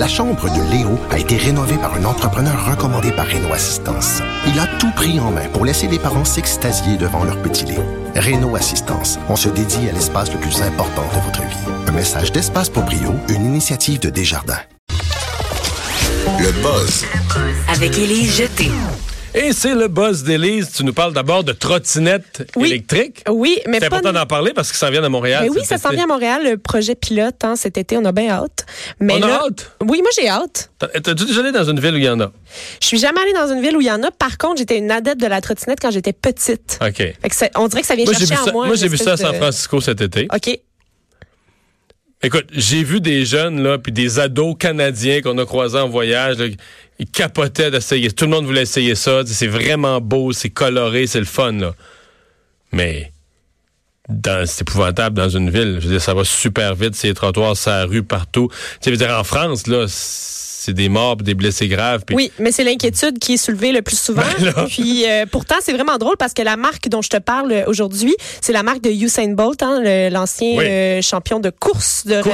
La chambre de Léo a été rénovée par un entrepreneur recommandé par Renault Assistance. Il a tout pris en main pour laisser les parents s'extasier devant leur petit Léo. Renault Assistance, on se dédie à l'espace le plus important de votre vie. Un message d'Espace pour Brio, une initiative de Desjardins. Le buzz. Avec Élise Jeté. Et c'est le buzz d'Élise. Tu nous parles d'abord de trottinettes électriques. Oui, mais c'est important d'en parler parce que ça vient à Montréal. Mais oui, ça s'en vient à Montréal, le projet pilote cet été. On a bien hâte. Mais on a hâte? Oui, moi j'ai hâte. T'es-tu déjà allé dans une ville où il y en a? Je suis jamais allée dans une ville où il y en a. Par contre, j'étais une adepte de la trottinette quand j'étais petite. OK. Fait que on dirait que ça vient chercher en moi. Moi, j'ai vu ça à San Francisco cet été. OK. Écoute, j'ai vu des jeunes, là, puis des ados canadiens qu'on a croisés en voyage, là, ils capotaient d'essayer. Tout le monde voulait essayer ça. C'est vraiment beau, c'est coloré, c'est le fun, là. Mais c'est épouvantable dans une ville. Je veux dire, ça va super vite, c'est les trottoirs, c'est la rue, partout. Tu sais, je veux dire, en France, là, c'est des morts, des blessés graves. Pis... Oui, mais c'est l'inquiétude qui est soulevée le plus souvent. Puis pourtant, c'est vraiment drôle parce que la marque dont je te parle aujourd'hui, c'est la marque de Usain Bolt, l'ancien champion de course de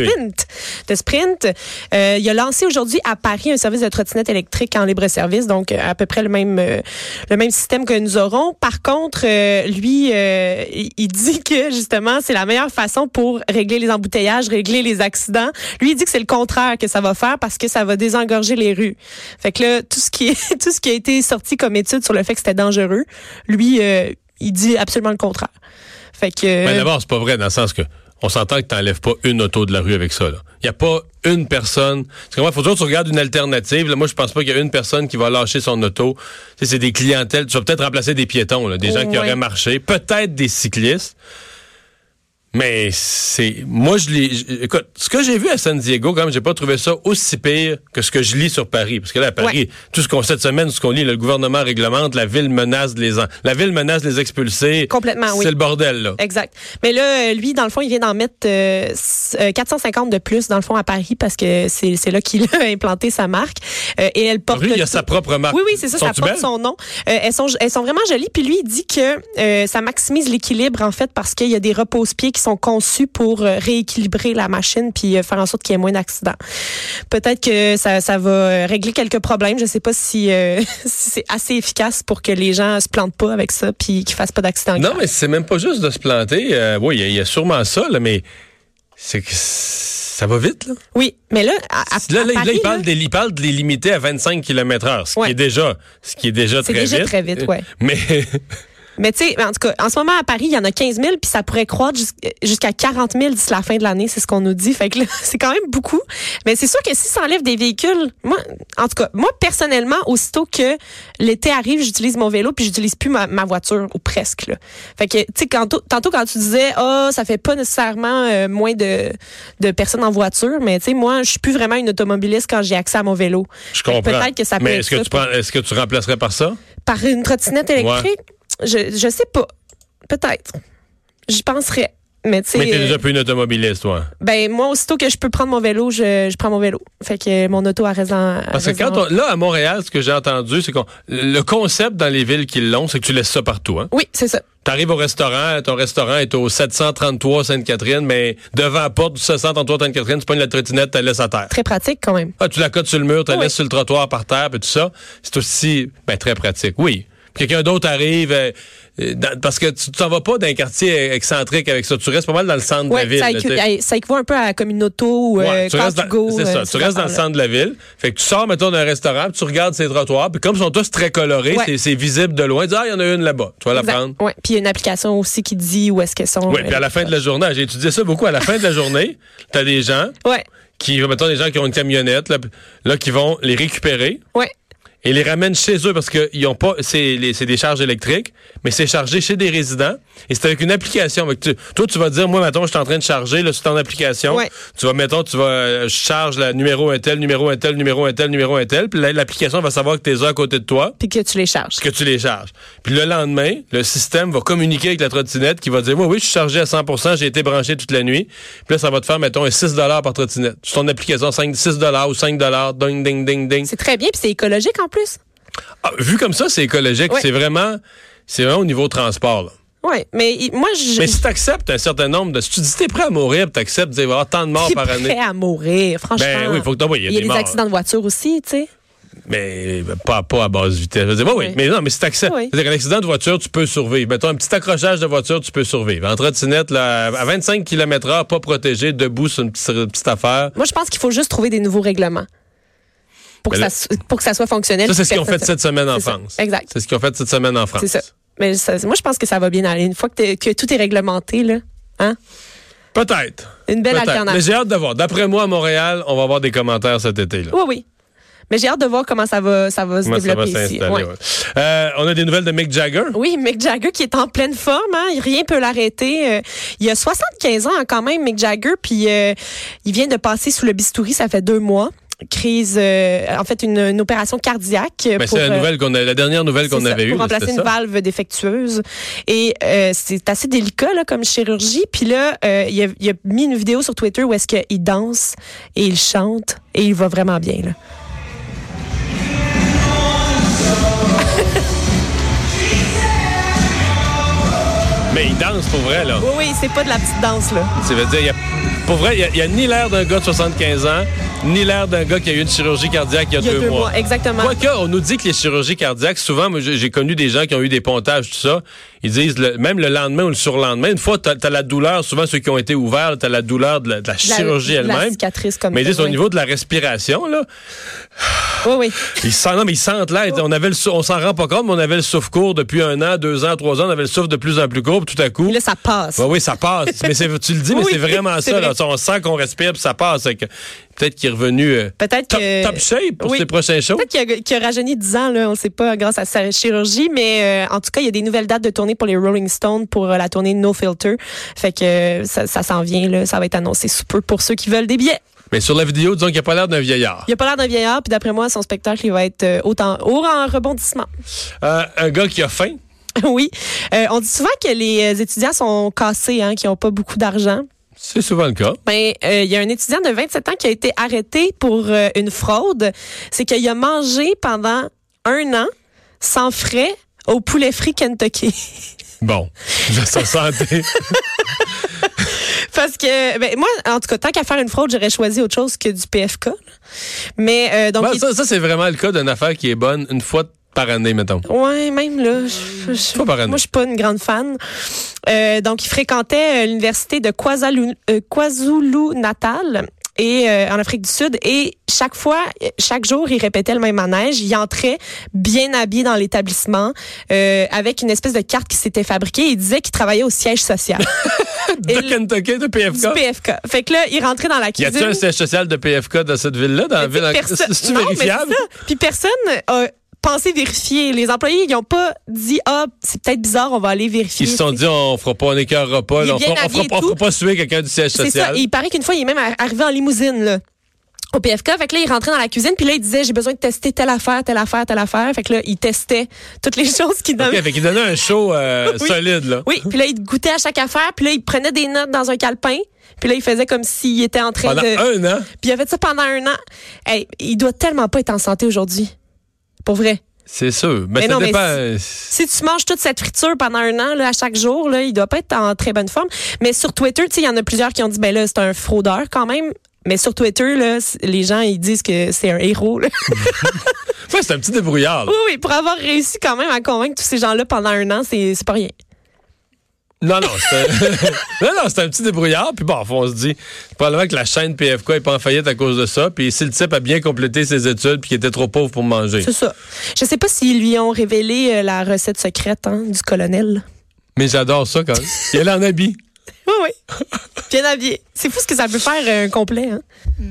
sprint. Il a lancé aujourd'hui à Paris un service de trottinette électrique en libre service, donc à peu près le même système que nous aurons. Par contre, lui, il dit que justement, c'est la meilleure façon pour régler les embouteillages, régler les accidents. Lui, il dit que c'est le contraire que ça va faire parce que ça va désengorger les rues. Fait que là, tout ce qui a été sorti comme étude sur le fait que c'était dangereux, lui, il dit absolument le contraire. Fait que... Mais d'abord, c'est pas vrai dans le sens que on s'entend que t'enlèves pas une auto de la rue avec ça, là. Il y a pas une personne. C'est comme il faut toujours que tu regardes une alternative. Là, moi, je pense pas qu'il y a une personne qui va lâcher son auto. Tu sais, c'est des clientèles. Tu vas peut-être remplacer des piétons, là, des gens qui auraient marché, peut-être des cyclistes. Mais moi, écoute, ce que j'ai vu à San Diego, quand même, j'ai pas trouvé ça aussi pire que ce que je lis sur Paris. Parce que là, à Paris, tout cette semaine, ce qu'on lit, le gouvernement réglemente, la ville menace de les expulser. Complètement, oui. C'est le bordel, là. Exact. Mais là, lui, dans le fond, il vient d'en mettre 450 de plus, dans le fond, à Paris, parce que c'est là qu'il a implanté sa marque. Et elle porte... Lui, il a sa propre marque. Oui, c'est ça, ça porte son nom. Elles sont vraiment jolies. Puis lui, il dit que ça maximise l'équilibre, en fait, parce qu'il y a des repose-pieds qui sont conçus pour rééquilibrer la machine puis faire en sorte qu'il y ait moins d'accidents. Peut-être que ça va régler quelques problèmes. Je sais pas si c'est assez efficace pour que les gens se plantent pas avec ça puis qu'ils fassent pas d'accidents. Non, mais c'est même pas juste de se planter. Oui, il y a sûrement ça, là, mais c'est que ça va vite, là. Oui, mais là, Paris, il parle de les limiter à 25 km/h, ce qui est déjà très vite. C'est déjà très vite, ouais. Mais tu sais, en tout cas, en ce moment à Paris, il y en a 15 000, puis ça pourrait croître jusqu'à 40 000 d'ici la fin de l'année, c'est ce qu'on nous dit. Fait que là, c'est quand même beaucoup. Mais c'est sûr que si ça enlève des véhicules, moi personnellement, aussitôt que l'été arrive, j'utilise mon vélo, puis j'utilise plus ma voiture, ou presque, là. Fait que, tu sais, tantôt quand tu disais, ça fait pas nécessairement moins de personnes en voiture, mais tu sais, moi, je suis plus vraiment une automobiliste quand j'ai accès à mon vélo. Je comprends. Peut-être que ça peut être est-ce que tu remplacerais par ça? Par une trottinette électrique? Ouais. Je sais pas. Peut-être. J'y penserais. Mais t'es déjà plus une automobiliste, toi. Ben, moi, aussitôt que je peux prendre mon vélo, je prends mon vélo. Fait que mon auto a raison. Parce que là, à Montréal, ce que j'ai entendu, c'est que le concept dans les villes qui l'ont, c'est que tu laisses ça partout, hein? Oui, c'est ça. T'arrives au restaurant, ton restaurant est au 733 Sainte-Catherine, mais devant la porte du 733 Sainte-Catherine, tu pognes la trottinette, tu la laisses à terre. Très pratique, quand même. Tu la cotes sur le mur, tu la laisses sur le trottoir par terre, puis tout ça. C'est aussi, très pratique. Oui. Quelqu'un d'autre arrive, parce que tu t'en vas pas d'un quartier excentrique avec ça. Tu restes pas mal dans le centre de la ville. Ça équivaut un peu à comme une auto ou tu restes dans le centre de la ville. Fait que tu sors, mettons, d'un restaurant, puis tu regardes ces trottoirs, puis comme ils sont tous très colorés, c'est visible de loin. Tu dis, il y en a une là-bas. Tu vas la prendre. Oui, puis il y a une application aussi qui dit où est-ce qu'elles sont. Oui, puis à la fin de la journée, j'ai étudié ça beaucoup, à la fin de la journée, t'as des gens mettons, des gens qui ont une camionnette, là qui vont les récupérer. Oui. Et les ramènent chez eux parce que ils ont pas, c'est des charges électriques, mais c'est chargé chez des résidents. Et c'est avec une application. Toi, tu vas dire, moi, mettons, je suis en train de charger, là, sur ton application. Ouais. Tu vas, je charge le numéro un tel. Puis l'application va savoir que t'es à côté de toi. Puis que tu les charges. Puis le lendemain, le système va communiquer avec la trottinette qui va dire, oui, je suis chargé à 100%, j'ai été branché toute la nuit. Puis là, ça va te faire, mettons, un 6 $ par trottinette. Sur ton application, 6 $ ou 5 $, ding, ding, ding, ding. C'est très bien, puis c'est écologique en plus. Vu comme ça, c'est écologique. Ouais. C'est vraiment au niveau transport, là. Oui, mais moi, Mais si tu acceptes un certain nombre de... Si tu dis t'es prêt à mourir, tu acceptes d'y avoir tant de morts par année. T'es prêt à mourir, franchement. Ben oui, il faut que tu... il y a des accidents de voiture aussi, tu sais. Mais pas à basse vitesse. Je veux dire, oui, mais non, mais si t'acceptes. Oui. C'est-à-dire qu'un accident de voiture, tu peux survivre. Mettons un petit accrochage de voiture, tu peux survivre. En trottinette, là, à 25 km/h, pas protégé, debout sur une petite affaire. Moi, je pense qu'il faut juste trouver des nouveaux règlements pour que ça soit fonctionnel. Ça, c'est ce qu'ils ont fait cette semaine en France. Exact. C'est ce qu'ils ont fait cette semaine en France. C'est ça. Mais moi, je pense que ça va bien aller. Une fois que tout est réglementé, là, hein? Peut-être. Une belle alternative. Mais j'ai hâte de voir. D'après moi, à Montréal, on va avoir des commentaires cet été, là. Oui. Mais j'ai hâte de voir comment ça va se développer ici. Ouais. On a des nouvelles de Mick Jagger. Oui, Mick Jagger qui est en pleine forme. Hein? Rien peut l'arrêter. Il a 75 ans quand même, Mick Jagger. Puis il vient de passer sous le bistouri, ça fait 2 mois. Crise, en fait, une opération cardiaque. Ben, c'est la dernière nouvelle qu'on avait eue. Pour remplacer une valve défectueuse. Et c'est assez délicat là, comme chirurgie. Puis là, il a mis une vidéo sur Twitter où est-ce qu'il danse et il chante et il va vraiment bien. Là. Mais il danse pour vrai, là. Oui, c'est pas de la petite danse, là. Ça veut dire, pour vrai, il n'y a ni l'air d'un gars de 75 ans, ni l'air d'un gars qui a eu une chirurgie cardiaque il y a 2 mois. Exactement. Quoique, on nous dit que les chirurgies cardiaques, souvent, moi, j'ai connu des gens qui ont eu des pontages, tout ça, ils disent, même le lendemain ou le surlendemain, une fois, t'as la douleur, souvent ceux qui ont été ouverts, t'as la douleur de la chirurgie elle-même. La cicatrice comme mais ils disent, au niveau de la respiration, là... Oui. Ils sentent l'air. On s'en rend pas compte, mais on avait le souffle court depuis 1 an, 2 ans, 3 ans, on avait le souffle de plus en plus court, puis tout à coup... Et là, ça passe. Oui, ça passe. Mais tu le dis, mais c'est vraiment ça. Là. On sent qu'on respire, puis ça passe. Peut-être qu'il est revenu top shape pour ses prochains shows. Peut-être qu'il a rajeuni 10 ans, là, on ne sait pas, grâce à sa chirurgie, mais en tout cas, il y a des nouvelles dates de tournée pour les Rolling Stones pour la tournée No Filter. Fait que ça s'en vient, là, ça va être annoncé sous peu pour ceux qui veulent des billets. Mais sur la vidéo, disons qu'il n'a pas l'air d'un vieillard. Il n'a pas l'air d'un vieillard, puis d'après moi, son spectacle, il va être haut en rebondissement. Un gars qui a faim. Oui. On dit souvent que les étudiants sont cassés, hein, qui n'ont pas beaucoup d'argent. C'est souvent le cas. Ben, il y a un étudiant de 27 ans qui a été arrêté pour une fraude. C'est qu'il a mangé pendant 1 an, sans frais, au poulet frit Kentucky. Bon, sa santé. Parce que, moi, en tout cas, tant qu'à faire une fraude, j'aurais choisi autre chose que du PFK. Mais, donc. Ça, c'est vraiment le cas d'une affaire qui est bonne une fois par année, mettons. Ouais, même là. Par année. Moi, je suis pas une grande fan. Donc, il fréquentait l'université de KwaZulu-Natal. Et en Afrique du Sud, et chaque jour, il répétait le même manège. Il entrait bien habillé dans l'établissement, avec une espèce de carte qui s'était fabriquée. Il disait qu'il travaillait au siège social. De Kentucky, de PFK? Du PFK. Fait que là, il rentrait dans la cuisine. Y a-t-il un siège social de PFK dans cette ville-là, dans la ville? C'est-tu vérifiable? Mais c'est ça. Puis personne a pensé vérifier. Les employés, ils n'ont pas dit, c'est peut-être bizarre, on va aller vérifier. Ils se sont dit, on n'écœurera pas, on fera pas suer quelqu'un du siège social. C'est ça. Et il paraît qu'une fois, il est même arrivé en limousine, là, au PFK. Fait que là, il rentrait dans la cuisine, puis là, il disait, j'ai besoin de tester telle affaire. Fait que là, il testait toutes les choses qu'il donnait. OK, fait qu'il donnait un show solide, là. Oui, puis là, il goûtait à chaque affaire, puis là, il prenait des notes dans un calepin. Puis là, il faisait comme s'il était en train pendant 1 an? Puis il a fait ça pendant 1 an. Hey, il doit tellement pas être en santé aujourd'hui. Pour vrai. C'est sûr. Mais ça dépend. Si tu manges toute cette friture pendant 1 an, là, à chaque jour, là, il doit pas être en très bonne forme. Mais sur Twitter, tu sais, il y en a plusieurs qui ont dit, ben là, c'est un fraudeur quand même. Mais sur Twitter, là, les gens, ils disent que c'est un héros, là. Ouais, c'est un petit débrouillard, là. Oui, pour avoir réussi quand même à convaincre tous ces gens-là pendant 1 an, c'est pas rien. Non, c'est un petit débrouillard. Puis bon, on se dit, probablement que la chaîne PFK n'est pas en faillite à cause de ça. Puis si le type a bien complété ses études puis qu'il était trop pauvre pour manger. C'est ça. Je sais pas s'ils lui ont révélé la recette secrète du colonel. Mais j'adore ça quand même. Il est en habit. Oui. Bien habillé. C'est fou ce que ça peut faire un complet. Hein?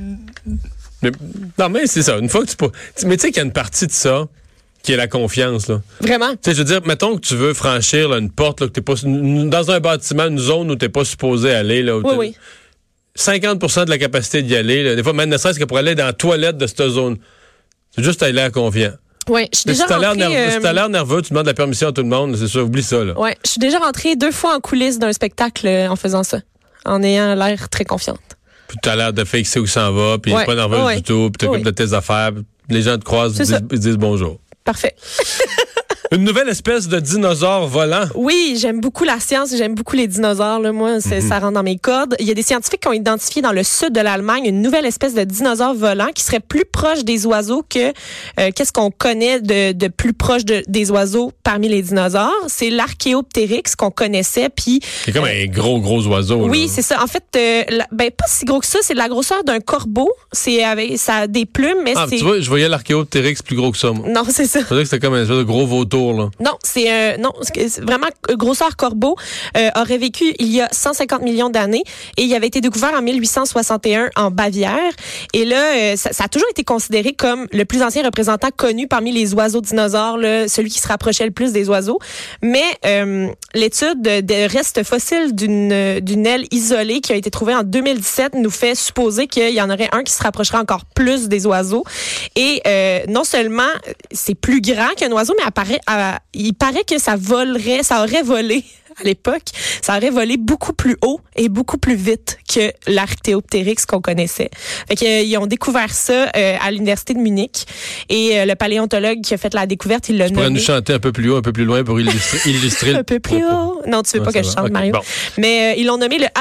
Mais c'est ça. Une fois que mais tu sais qu'il y a une partie de ça qui est la confiance, là. Vraiment? Tu sais, je veux dire, mettons que tu veux franchir là, une porte, là, que t'es pas dans un bâtiment, une zone où t'es pas supposé aller, là. Oui. 50% de la capacité d'y aller, là. Des fois, même ne serait-ce que pour aller dans la toilette de cette zone. C'est juste à l'air confiant. Oui, je suis déjà rentrée... Si t'as l'air nerveux, tu demandes la permission à tout le monde, c'est sûr, oublie ça, là. Oui, je suis déjà rentrée 2 fois en coulisses d'un spectacle en faisant ça, en ayant l'air très confiante. Puis t'as l'air de fixer où ça va, puis pas nerveuse du tout, puis t'occupes de tes affaires, les gens te croisent, ils disent bonjour. Parfait. Une nouvelle espèce de dinosaure volant. Oui, j'aime beaucoup la science, j'aime beaucoup les dinosaures. Là. Moi, ça rentre dans mes cordes. Il y a des scientifiques qui ont identifié dans le sud de l'Allemagne une nouvelle espèce de dinosaure volant qui serait plus proche des oiseaux que qu'est-ce qu'on connaît de plus proche des oiseaux parmi les dinosaures. C'est l'Archéoptéryx qu'on connaissait. Puis c'est comme un gros oiseau. Oui, là. c'est ça. En fait, pas si gros que ça. C'est de la grosseur d'un corbeau. Ça a des plumes, mais c'est... Tu vois, je voyais l'Archéoptéryx plus gros que ça, moi. Non, c'est ça. Je pensais que c'était comme un espèce de gros vautour, là. Non, c'est vraiment grosseur corbeau. Aurait vécu il y a 150 millions d'années et il avait été découvert en 1861 en Bavière. Et là, ça a toujours été considéré comme le plus ancien représentant connu parmi les oiseaux dinosaures, là, celui qui se rapprochait le plus des oiseaux. Mais l'étude de restes fossiles d'une aile isolée qui a été trouvée en 2017 nous fait supposer qu'il y en aurait un qui se rapprocherait encore plus des oiseaux. Et non seulement c'est plus grand qu'un oiseau, mais il paraît que ça aurait volé à l'époque, ça aurait volé beaucoup plus haut et beaucoup plus vite que l'Archéoptéryx qu'on connaissait. Fait qu'ils ont découvert ça à l'université de Munich et le paléontologue qui a fait la découverte, il l'a nommé. Tu pourrais nous chanter un peu plus haut, un peu plus loin pour illustrer un peu plus haut. Non, tu veux pas que je chante, okay, Mario. Bon. Mais ils l'ont nommé le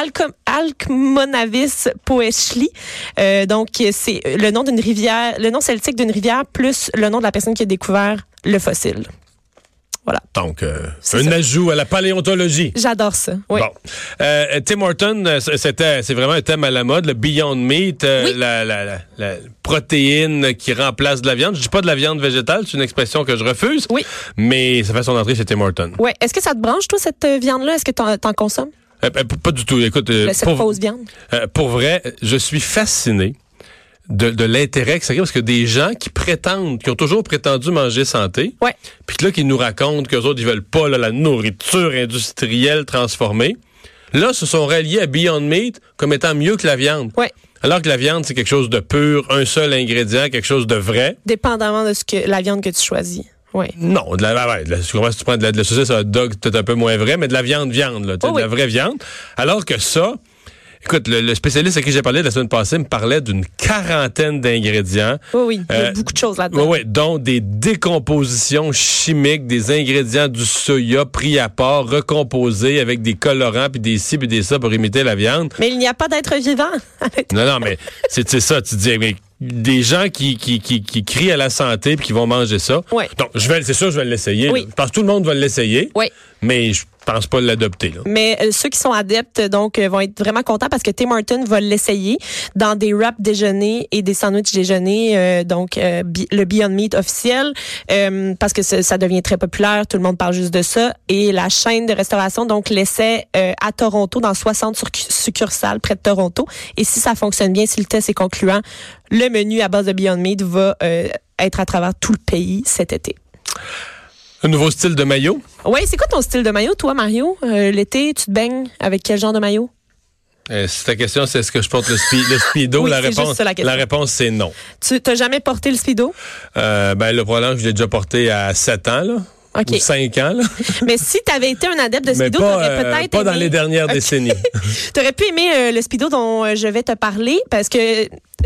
Alkmonavis poeschli. Donc c'est le nom d'une rivière, le nom celtique d'une rivière plus le nom de la personne qui a découvert le fossile. Voilà. Donc, un ajout à la paléontologie. J'adore ça. Oui. Bon. Tim Horton, c'est vraiment un thème à la mode, le Beyond Meat, oui. la protéine qui remplace de la viande. Je dis pas de la viande végétale, c'est une expression que je refuse. Oui. Mais ça fait son entrée chez Tim Horton. Oui. Est-ce que ça te branche, toi, cette viande-là? Est-ce que t'en consommes? Pas du tout. Écoute, cette fausse viande? Pour vrai, je suis fasciné de l'intérêt que ça crée, parce que des gens qui ont toujours prétendu manger santé, ouais. Puis là, qui nous racontent qu'eux autres, ils veulent pas la nourriture industrielle transformée, là, se sont ralliés à Beyond Meat comme étant mieux que la viande. Ouais. Alors que la viande, c'est quelque chose de pur, un seul ingrédient, quelque chose de vrai. Dépendamment de la viande que tu choisis. Oui. Non, si tu prends de la saucisse à hot dog, c'est peut-être un peu moins vrai, mais de la viande, là, de la vraie viande. Alors que ça, écoute, le spécialiste à qui j'ai parlé la semaine passée me parlait d'une 40aine d'ingrédients. Oui, il y a beaucoup de choses là-dedans. Oui, dont des décompositions chimiques, des ingrédients du soya pris à part, recomposés avec des colorants, puis des ci, puis des ça pour imiter la viande. Mais il n'y a pas d'être vivant. Non, mais c'est ça, tu dis... Mais, des gens qui crient à la santé puis qui vont manger ça. Oui. Donc, c'est sûr, je vais l'essayer. Oui. Je pense que tout le monde va l'essayer. Oui. Mais je pense pas l'adopter. Là. Mais ceux qui sont adeptes, donc, vont être vraiment contents parce que Tim Hortons va l'essayer dans des wraps déjeuner et des sandwichs déjeuner, donc le Beyond Meat officiel, parce que ça devient très populaire, tout le monde parle juste de ça. Et la chaîne de restauration, donc, l'essaie à Toronto, dans 60 succursales près de Toronto. Et si ça fonctionne bien, si le test est concluant, le menu à base de Beyond Meat va être à travers tout le pays cet été. Un nouveau style de maillot? Oui, c'est quoi ton style de maillot, toi, Mario? L'été, tu te baignes avec quel genre de maillot? Si ta question, c'est est-ce que je porte le Speedo? Oui, la réponse, c'est non. Tu t'as jamais porté le Speedo? Le problème, je l'ai déjà porté à 7 ans, là. Okay. Ou 5 ans, là. Mais si tu avais été un adepte de Speedo, t'aurais peut-être pas dans les dernières décennies. T'aurais pu aimer le Speedo dont je vais te parler, parce que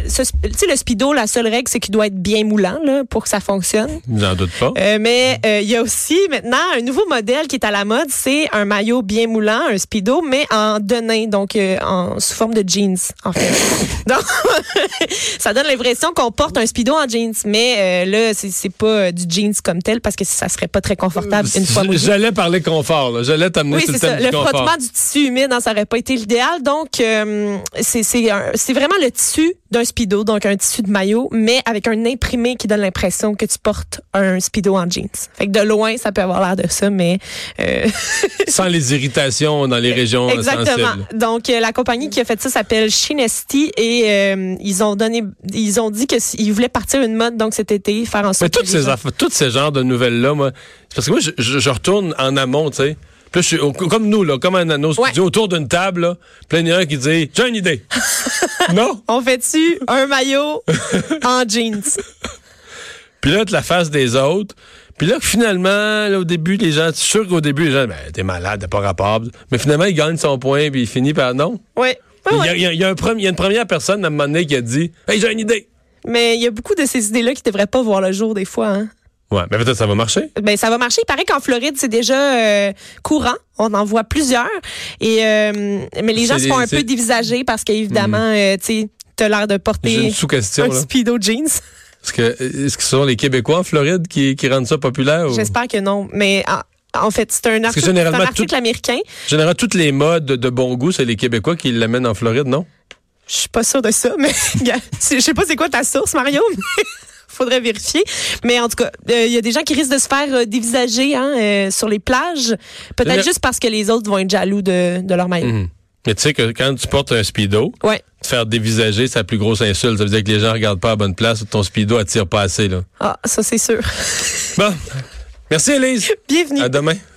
le Speedo, la seule règle, c'est qu'il doit être bien moulant là, pour que ça fonctionne. J'en doute pas. Mais il y a aussi maintenant un nouveau modèle qui est à la mode, c'est un maillot bien moulant, un Speedo, mais en denim, donc sous forme de jeans, en fait. Donc, ça donne l'impression qu'on porte un Speedo en jeans, mais là, c'est pas du jeans comme tel, parce que ça serait pas très confortable une fois mouillé. J'allais parler confort, là. J'allais t'amener sur le thème du confort. Le frottement du tissu humide, ça aurait pas été l'idéal. Donc, c'est vraiment le tissu d'un Speedo, donc un tissu de maillot, mais avec un imprimé qui donne l'impression que tu portes un Speedo en jeans. Fait que de loin, ça peut avoir l'air de ça, mais... Sans les irritations dans les régions Exactement. sensibles. Donc, la compagnie qui a fait ça s'appelle Shinesti et ils ont dit qu'ils voulaient partir une mode, donc cet été, faire en sorte... Mais tous ces genres de nouvelles-là, moi... C'est parce que moi, je retourne en amont, tu sais. Puis là, je suis comme nous, là, comme nos studios, autour d'une table, là. Puis là, il y en a un qui dit « J'ai une idée! » Non? On fait-tu un maillot en jeans? Puis là, tu la face des autres. Puis là, finalement, là, au début, les gens, je suis sûr qu'au début, les gens, t'es malade, t'es pas rapport. Mais finalement, il gagne son point, puis il finit par non. Oui. Il y a une première personne, à un moment donné, qui a dit « Hey, j'ai une idée! » Mais il y a beaucoup de ces idées-là qui devraient pas voir le jour, des fois, hein? Ouais, mais peut-être ça va marcher. Ben ça va marcher. Il paraît qu'en Floride, c'est déjà courant. On en voit plusieurs. Mais les gens se font un peu dévisager parce qu'évidemment, tu sais, t'as l'air de porter J'ai une sous-question, un Speedo jeans. Est-ce que ce sont les Québécois en Floride qui rendent ça populaire? J'espère que non. Mais en fait, c'est un article américain. Généralement, toutes les modes de bon goût, c'est les Québécois qui l'amènent en Floride, non? Je suis pas sûre de ça, mais je sais pas c'est quoi ta source, Mario, mais faudrait vérifier. Mais en tout cas, il y a des gens qui risquent de se faire dévisager sur les plages, peut-être juste parce que les autres vont être jaloux de leur maillot. Mm-hmm. Mais tu sais que quand tu portes un Speedo, te faire dévisager, c'est la plus grosse insulte. Ça veut dire que les gens regardent pas à bonne place, ton Speedo attire pas assez, là. Ah, ça c'est sûr. Bon. Merci, Élise. Bienvenue. À demain.